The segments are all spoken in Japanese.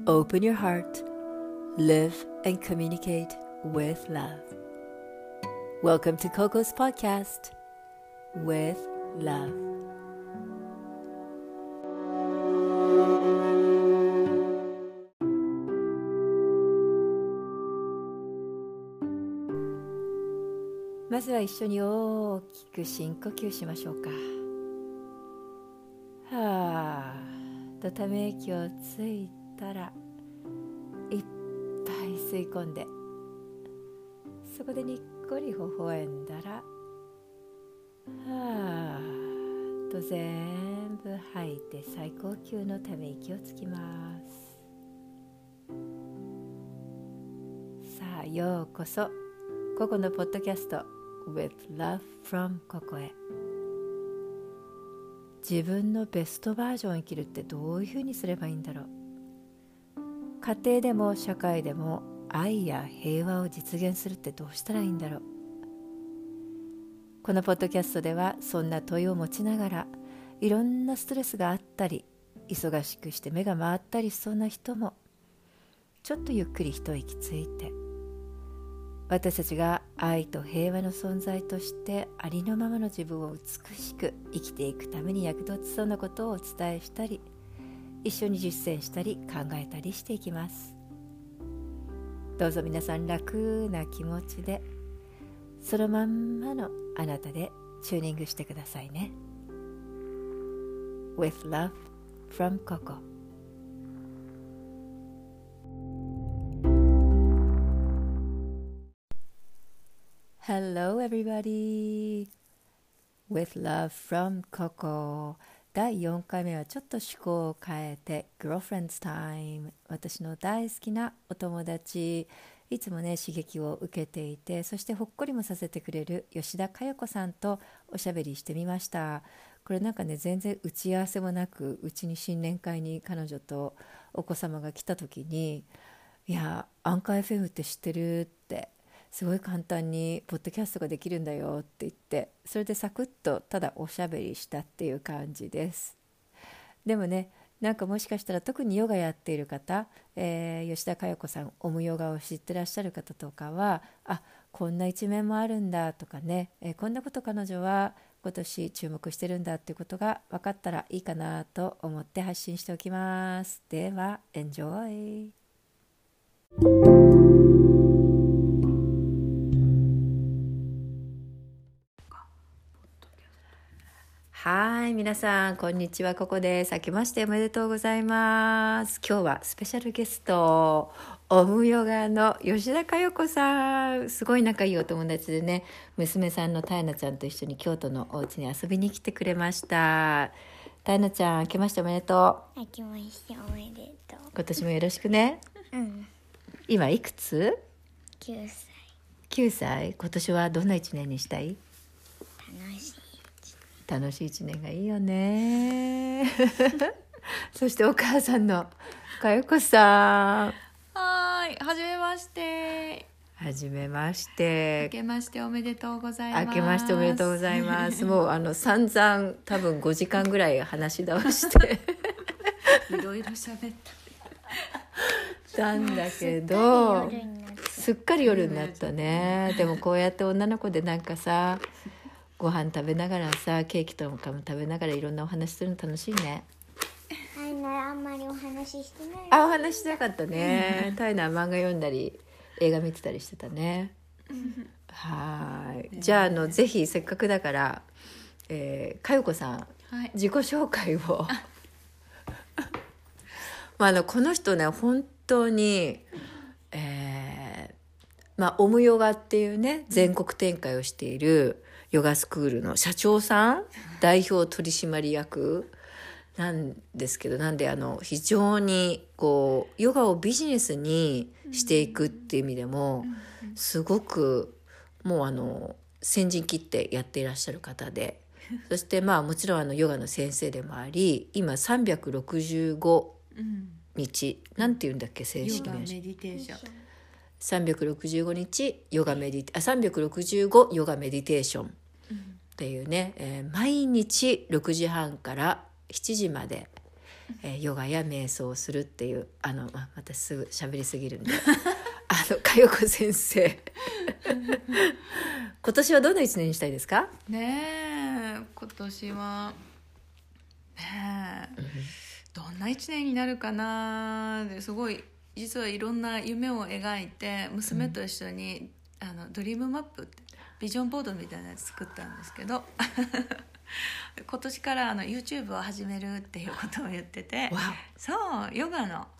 Open your heart, live and communicate with love. Welcome to Coco's podcast with love.まずは一緒に大きく深呼吸しましょうか。はーとため息をついたらいっぱい吸い込んで、そこでにっこり微笑んだらはーと全部吐いて最高級のため息をつきます。さあようこそココのポッドキャスト With Love from Coco へ。自分のベストバージョンを生きるってどういうふうにすればいいんだろう。家庭でも社会でも愛や平和を実現するってどうしたらいいんだろう。このポッドキャストではそんな問いを持ちながら、いろんなストレスがあったり忙しくして目が回ったりしそうな人もちょっとゆっくり一息ついて、私たちが愛と平和の存在としてありのままの自分を美しく生きていくために役立ちそうなことをお伝えしたり、一緒に実践したり考えたりしていきます。どうぞ皆さん楽な気持ちで、そのまんまのあなたでチューニングしてくださいね。 With love from Coco。Hello everybody! With love from Coco。 第4回目はちょっと趣向を変えて Girlfriend's Time。 私の大好きなお友達、いつもね刺激を受けていて、そしてほっこりもさせてくれる吉田佳代子さんとおしゃべりしてみました。これなんかね、全然打ち合わせもなく、うちに新年会に彼女とお子様が来た時に、いやアンカー FM って知ってるって、すごい簡単にポッドキャストができるんだよって言って、それでサクッとただおしゃべりしたっていう感じです。でもね、なんかもしかしたら特にヨガやっている方、吉田佳代子さんオムヨガを知ってらっしゃる方とかは、あ、こんな一面もあるんだとかね、こんなこと彼女は今年注目してるんだっていうことが分かったらいいかなと思って発信しておきます。ではエンジョイ。はい、皆さんこんにちは、ここです。明けましておめでとうございます。今日はスペシャルゲスト、オムヨガの吉田佳代子さん、すごい仲いいお友達でね、娘さんのタイナちゃんと一緒に京都のお家に遊びに来てくれました。タイナちゃん、明けましておめでとう。明けましておめでとう。 今年もよろしくね。今いくつ ？9歳。 9歳。今年はどんな一年にしたい？楽しい一年がいいよねそしてお母さんの佳代子さん。 はい、はじめまして。 はじめまして。 明けましておめでとうございます。 明けましておめでとうございますもう散々多分5時間ぐらい話し倒していろいろ喋たんだけど、すっかり夜になったね。でもこうやって女の子でなんかさ、ご飯食べながらさ、ケーキとかも食べながらいろんなお話するの楽しいね。 あんまりお話ししてない。 お話しなかったね。タイナは漫画読んだり映画見てたりしてたね。はい。じゃあぜひせっかくだから、佳代子さん、 はい、 自己紹介をこの人ね、本当に、オムヨガっていうね全国展開をしているヨガスクールの社長さん、代表取締役なんですけど、なんで非常にこうヨガをビジネスにしていくっていう意味でもすごくもう先陣切ってやっていらっしゃる方で、そしてもちろんヨガの先生でもあり、今365日、なんていうんだっけ正式名称。 ヨガメディテーション。 365日ヨガメディ365ヨガメディテーションっていうね、毎日6時半から7時までヨガや瞑想をするっていう私すぐ喋りすぎるんで佳代子先生今年はどの1年にしたいですか？ ねえ、今年はねえ、どんな1年になるかな。ですごい実はいろんな夢を描いて娘と一緒に、ドリームマップってビジョンボードみたいなやつ作ったんですけど今年からYouTube を始めるっていうことを言ってて、そうヨガの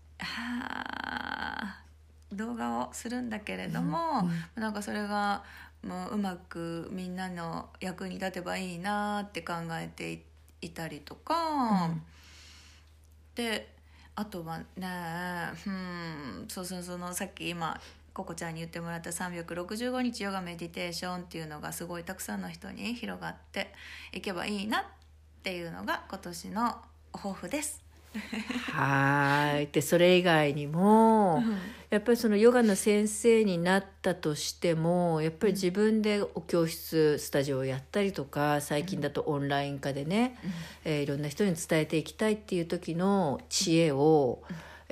動画をするんだけれども、なんかそれがもううまくみんなの役に立てばいいなって考えていたりとか、であとはね、そのさっき今ココちゃんに言ってもらった365日ヨガメディテーションっていうのがすごいたくさんの人に広がっていけばいいなっていうのが今年の抱負です。 はい。でそれ以外にも、やっぱりそのヨガの先生になったとしてもやっぱり自分でお教室スタジオをやったりとか、最近だとオンライン化でね、いろんな人に伝えていきたいっていう時の知恵を、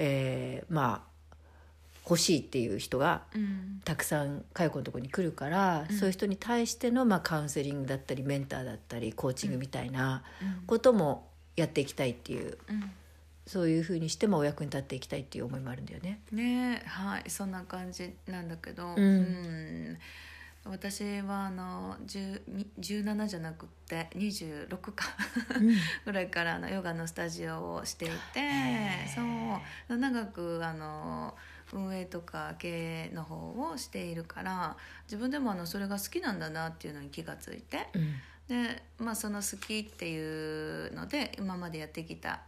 欲しいっていう人がたくさん佳代子のところに来るから、そういう人に対しての、カウンセリングだったりメンターだったりコーチングみたいなこともやっていきたいっていう、そういうふうにしてもお役に立っていきたいっていう思いもあるんだよね。 ね、はい、そんな感じなんだけど、私は17じゃなくって26かぐらいからヨガのスタジオをしていて、そう長く運営とか経営の方をしているから、自分でもそれが好きなんだなっていうのに気がついて、で、その好きっていうので今までやってきた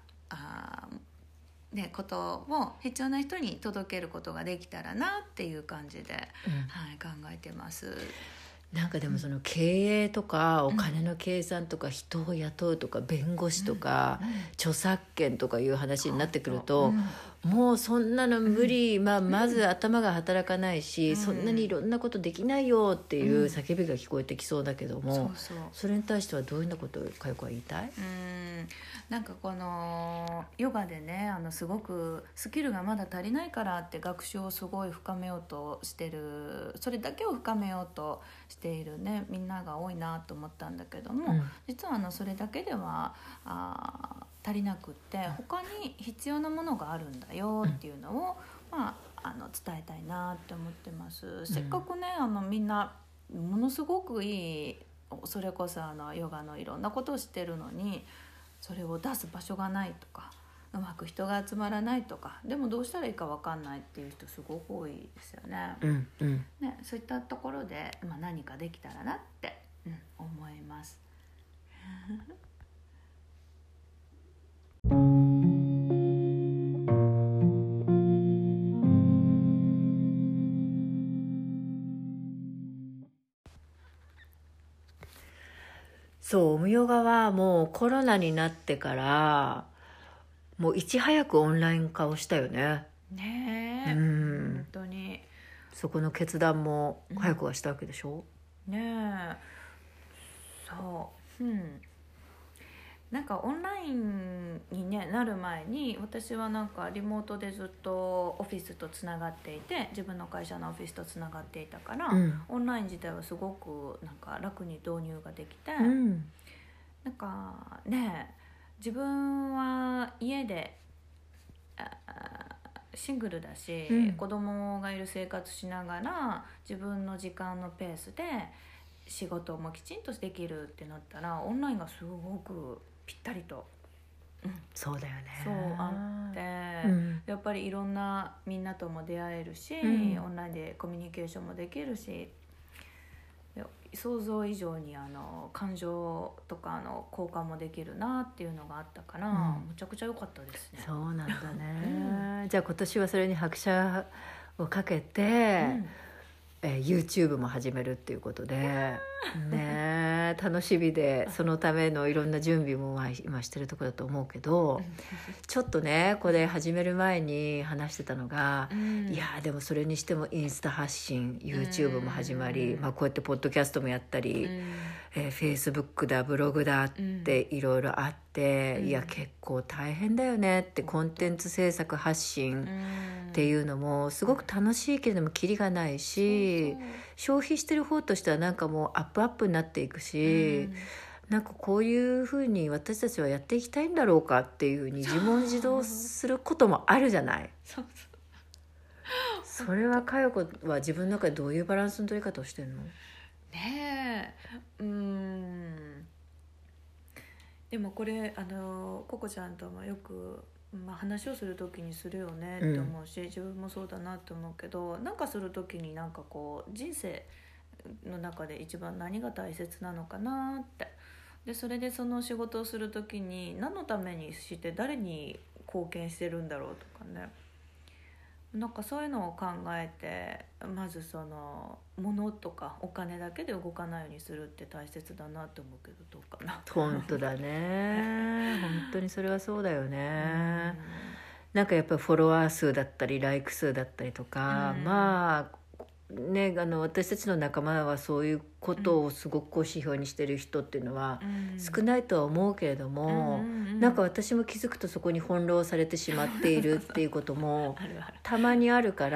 ことを必要な人に届けることができたらなっていう感じで、考えてます。 なんかでもその経営とかお金の計算とか人を雇うとか弁護士とか著作権とかいう話になってくると、もうそんなの無理、まず頭が働かないし、そんなにいろんなことできないよっていう叫びが聞こえてきそうだけども、それに対してはどういうようなことを佳代子は言いたい？ なんかこのヨガでね、すごくスキルがまだ足りないからって学習をすごい深めようとしてる、それだけを深めようとしているねみんなが多いなと思ったんだけども、実はそれだけでは足りなくって、他に必要なものがあるんだよっていうのを、伝えたいなって思ってます。せっかくねみんなものすごくいい、それこそヨガのいろんなことをしてるのにそれを出す場所がないとか、うまく人が集まらないとか、でもどうしたらいいか分かんないっていう人すごく多いですよね。ね、そういったところで、何かできたらなって、思います。 そう、オムヨガはもうコロナになってからもういち早くオンライン化をしたよね。 ねえ、本当にそこの決断も佳代子はしたわけでしょ。 ねえ、そう、なんかオンラインに、なる前に私はなんかリモートでずっとオフィスとつながっていて、自分の会社のオフィスとつながっていたから、オンライン自体はすごくなんか楽に導入ができて、なんかね、自分は家でシングルだし、子供がいる生活しながら自分の時間のペースで仕事もきちんとできるってなったら、オンラインがすごくぴったりと、 そうだよね。 そうあって、やっぱりいろんなみんなとも出会えるし、オンラインでコミュニケーションもできるし、想像以上に感情とか交換もできるなっていうのがあったから、むちゃくちゃ良かったですね。 そうなんだね。じゃあ今年はそれに拍車をかけて、YouTube も始めるっていうことでね、楽しみで、そのためのいろんな準備も今してるところだと思うけど、ちょっとねこれ始める前に話してたのが、いやでもそれにしてもインスタ発信 YouTube も始まり、こうやってポッドキャストもやったり、 Facebook だブログだっていろいろあって、いや結構大変だよねってコンテンツ制作発信っていうのもすごく楽しいけれどもキリがないし、消費してる方としてはなんかもうアップアップになっていくし、なんかこういうふうに私たちはやっていきたいんだろうかっていうふうに自問自答することもあるじゃない。それは佳代子は自分の中でどういうバランスの取り方をしてるの？ ねえ、でもこれココちゃんともよく、話をする時にするよねって思うし、自分もそうだなって思うけど、なんかする時になんかこう人生の中で一番何が大切なのかなって、でそれでその仕事をする時に何のためにして誰に貢献してるんだろうとかね、なんかそういうのを考えて、まずその物とかお金だけで動かないようにするって大切だなと思うけど、どうかな。 本当だね本当にそれはそうだよね。なんかやっぱりフォロワー数だったりライク数だったりとか、まあね、私たちの仲間はそういうことをすごくこう指標にしてる人っていうのは少ないとは思うけれども、なんか私も気づくとそこに翻弄されてしまっているっていうこともたまにあるから、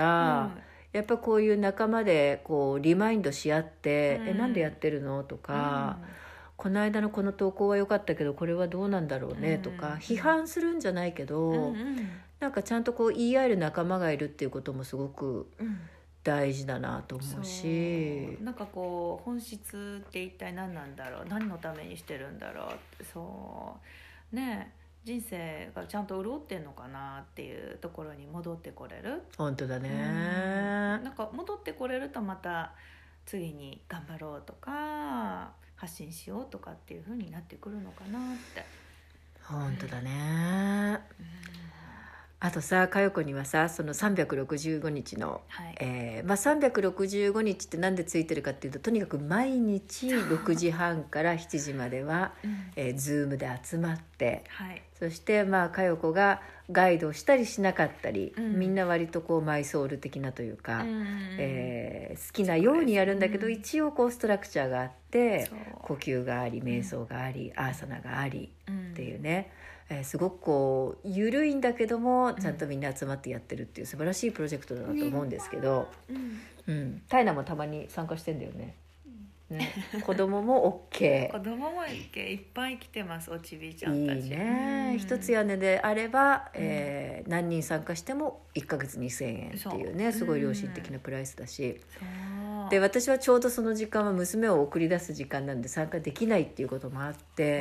やっぱこういう仲間でこうリマインドし合って「なんでやってるの?」とか、この間のこの投稿は良かったけどこれはどうなんだろうねとか、批判するんじゃないけど、なんかちゃんとこう言い合える仲間がいるっていうこともすごく大事だなと思うし、 なんかこう本質って一体何なんだろう、何のためにしてるんだろうって、そうね、人生がちゃんと潤ってんのかなっていうところに戻ってこれる。 本当だね、 なんか戻ってこれるとまた次に頑張ろうとか発信しようとかっていう風になってくるのかなって。 本当だね、あとさ、佳代子にはさ、その365日の、365日ってなんでついてるかっていうと、とにかく毎日6時半から7時までは、Zoom で集まって、そして佳代子がガイドをしたりしなかったり、みんな割とこうマイソウル的なというか、好きなようにやるんだけど、一応こうストラクチャーがあって、呼吸があり瞑想があり、アーサナがありっていうね、すごくこう緩いんだけどもちゃんとみんな集まってやってるっていう素晴らしいプロジェクトだなと思うんですけど、タイナもたまに参加してんだよね。子供も OK 子供も OK いっぱい来てます、おちびちゃんたち。 いいね、一つ屋根であれば、何人参加しても1ヶ月2000円っていうね、すごい良心的なプライスだし、で私はちょうどその時間は娘を送り出す時間なんで参加できないっていうこともあって、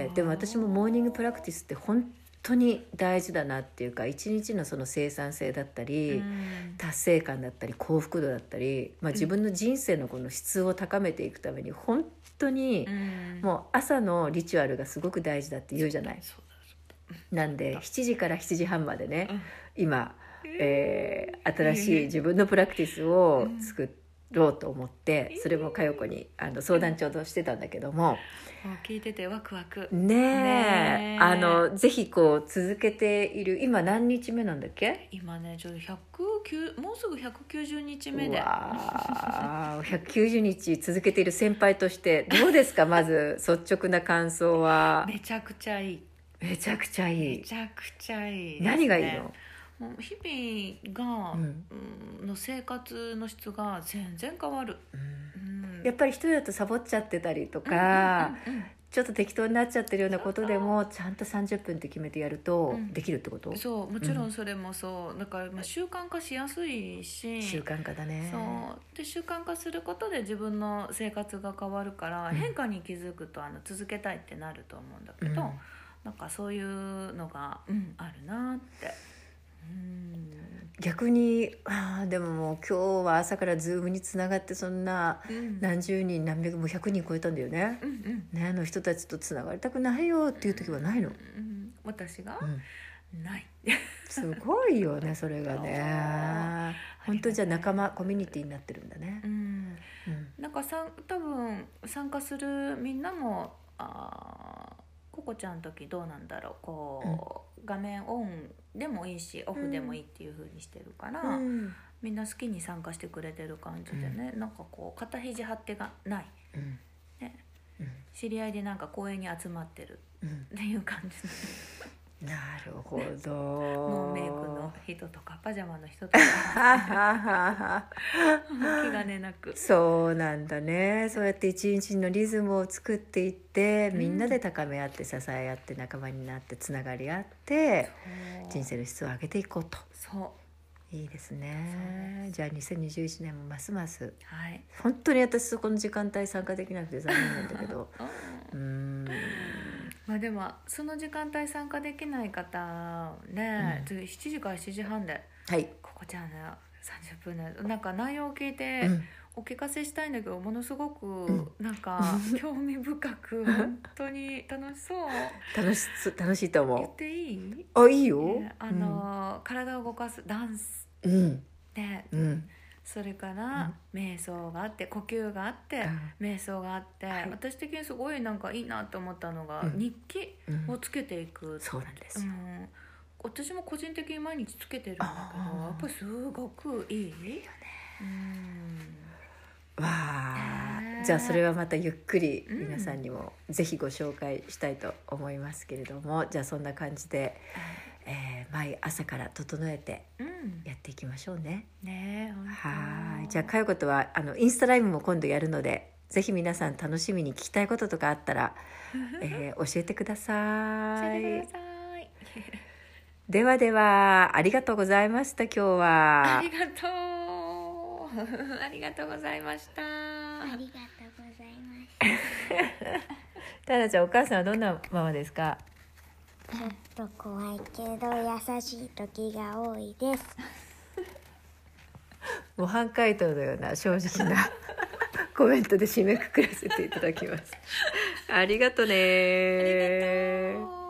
でも私もモーニングプラクティスって本当に大事だなっていうか、一日のその生産性だったり、達成感だったり幸福度だったり、自分の人生のこの質を高めていくために本当にもう朝のリチュアルがすごく大事だって言うじゃない。なんで7時から7時半までね、今、新しい自分のプラクティスを作ろうと思って、それも佳代子に相談ちょうどしてたんだけども、 聞いててワクワクねえ、ぜひこう続けている、今何日目なんだっけ？ 今ねちょうど109、もうすぐ190日目で、 190日続けている先輩としてどうですか？まず率直な感想は。 めちゃくちゃいい。 めちゃくちゃいい。 めちゃくちゃいいですね。 何がいいの？ もう日々が、の生活の質が全然変わる、 やっぱり一人だとサボっちゃってたりとか、ちょっと適当になっちゃってるようなことでもちゃんと30分って決めてやるとできるってこと？ そう、もちろんそれもそうだから、習慣化しやすいし、 習慣化だね。 そうで習慣化することで自分の生活が変わるから、変化に気づくと続けたいってなると思うんだけど、なんかそういうのが、あるなって。 逆にでももう今日は朝からズームにつながってそんな何十人何百も100人超えたんだよね、ね、の人たちとつながりたくないよっていう時はないの？ 私が、ないすごいよねそれがね本当じゃあ仲間コミュニティになってるんだね。 なんか多分参加するみんなもココちゃんの時どうなんだろう、こう、画面オンでもいいしオフでもいいっていう風にしてるから、みんな好きに参加してくれてる感じでね、なんかこう肩肘張ってがない、ね、 知り合いでなんか公園に集まってるっていう感じなるほど。 ノーメイクの人とかパジャマの人とか気兼ねなく。 そうなんだね。そうやって一日のリズムを作っていって、みんなで高め合って支え合って仲間になってつながり合って人生の質を上げていこうと。 そういいですね。じゃあ2021年もますます、 はい、 本当に私そこの時間帯参加できなくて残念なんだけどまあでもその時間帯参加できない方ね、7時から7時半で、 はい、 ここちゃんね30分でなんか内容を聞いて、お聞かせしたいんだけど、ものすごくなんか興味深く本当に楽しそう。 楽しいと思う。 言っていい？ あ、いいよ。 体を動かすダンスで、それから瞑想があって呼吸があって瞑想があって、私的にすごいなんかいいなと思ったのが、日記をつけていく。 そうなんですよ。 私も個人的に毎日つけてるんだけど、やっぱりすごくいいよね。 わあ、じゃあそれはまたゆっくり皆さんにもぜひご紹介したいと思いますけれども、じゃあそんな感じで、毎朝から整えてやっていきましょうね。はい。じゃあかよことはインスタライブも今度やるので、ぜひ皆さん楽しみに聞きたいこととかあったら、教えてください。ではでは、ありがとうございました。今日はありがとうありがとうございました。 ありがとうございます。 タナちゃん、お母さんはどんなママですか？ ちょっと怖いけど優しい時が多いです。 模範解答のような正直なコメントで締めくくらせていただきます。ありがとね。 ありがとう。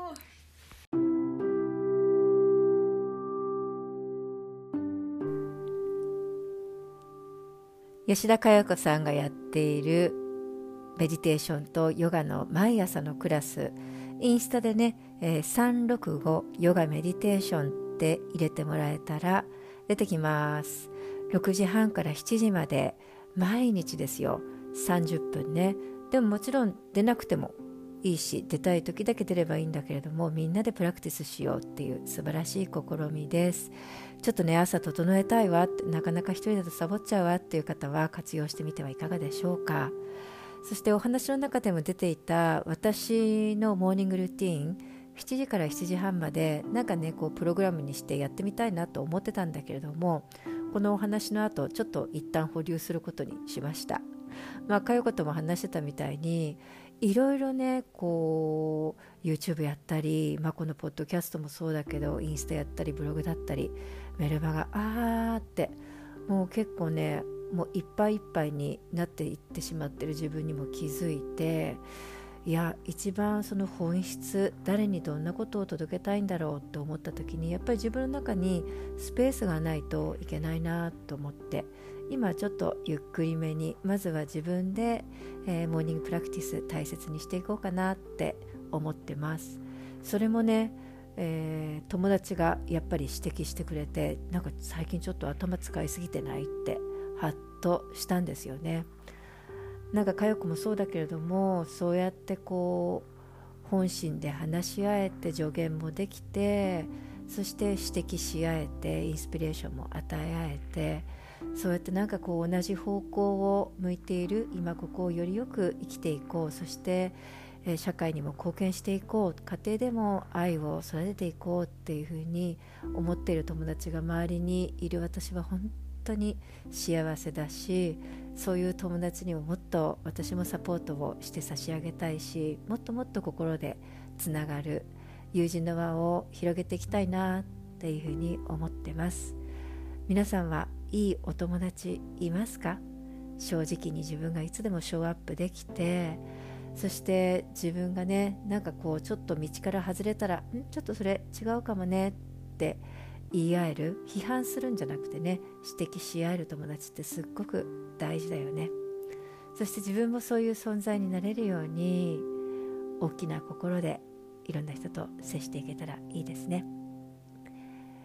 吉田佳代子さんがやっているメディテーションとヨガの毎朝のクラス、インスタでね、365ヨガメディテーションって入れてもらえたら出てきます。6時半から7時まで毎日ですよ。30分ね。でももちろん出なくてもいいし、出たい時だけ出ればいいんだけれども、みんなでプラクティスしようっていう素晴らしい試みです。ちょっとね、朝整えたいわ、なかなか一人だとサボっちゃうわっていう方は活用してみてはいかがでしょうか。そしてお話の中でも出ていた私のモーニングルーティーン、7時から7時半までなんかね、こうプログラムにしてやってみたいなと思ってたんだけれども、このお話の後ちょっと一旦保留することにしました。かよことも話してたみたいに、いろいろね、こう YouTube やったり、このポッドキャストもそうだけど、インスタやったりブログだったりメルマガーってもう結構ね、もういっぱいいっぱいになっていってしまってる自分にも気づいて、いや、一番その本質、誰にどんなことを届けたいんだろうと思った時に、やっぱり自分の中にスペースがないといけないなと思って、今ちょっとゆっくりめに、まずは自分で、モーニングプラクティス大切にしていこうかなって思ってます。それもね、友達がやっぱり指摘してくれて、なんか最近ちょっと頭使いすぎてないってハッとしたんですよね。なんか佳代子もそうだけれども、そうやってこう本心で話し合えて助言もできて、そして指摘し合えてインスピレーションも与え合えて、そうやってなんかこう同じ方向を向いている今ここをよりよく生きていこう、そして社会にも貢献していこう、家庭でも愛を育てていこうっていうふうに思っている友達が周りにいる私は本当に幸せだし、そういう友達にももっと私もサポートをして差し上げたいし、もっともっと心でつながる友人の輪を広げていきたいなっていうふうに思ってます。皆さんはいいお友達いますか？正直に自分がいつでもショーアップできて、そして自分がね、なんかこうちょっと道から外れたら、ちょっとそれ違うかもねって言い合える、批判するんじゃなくてね、指摘し合える友達ってすっごく大事だよね。そして自分もそういう存在になれるように、大きな心でいろんな人と接していけたらいいですね。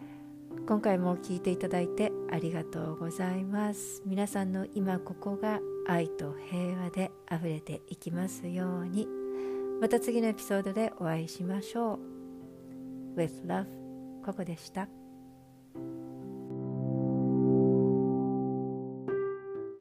今回も聞いていただいてありがとうございます。皆さんの今ここが愛と平和であふれていきますように。また次のエピソードでお会いしましょう。With love、ココでした。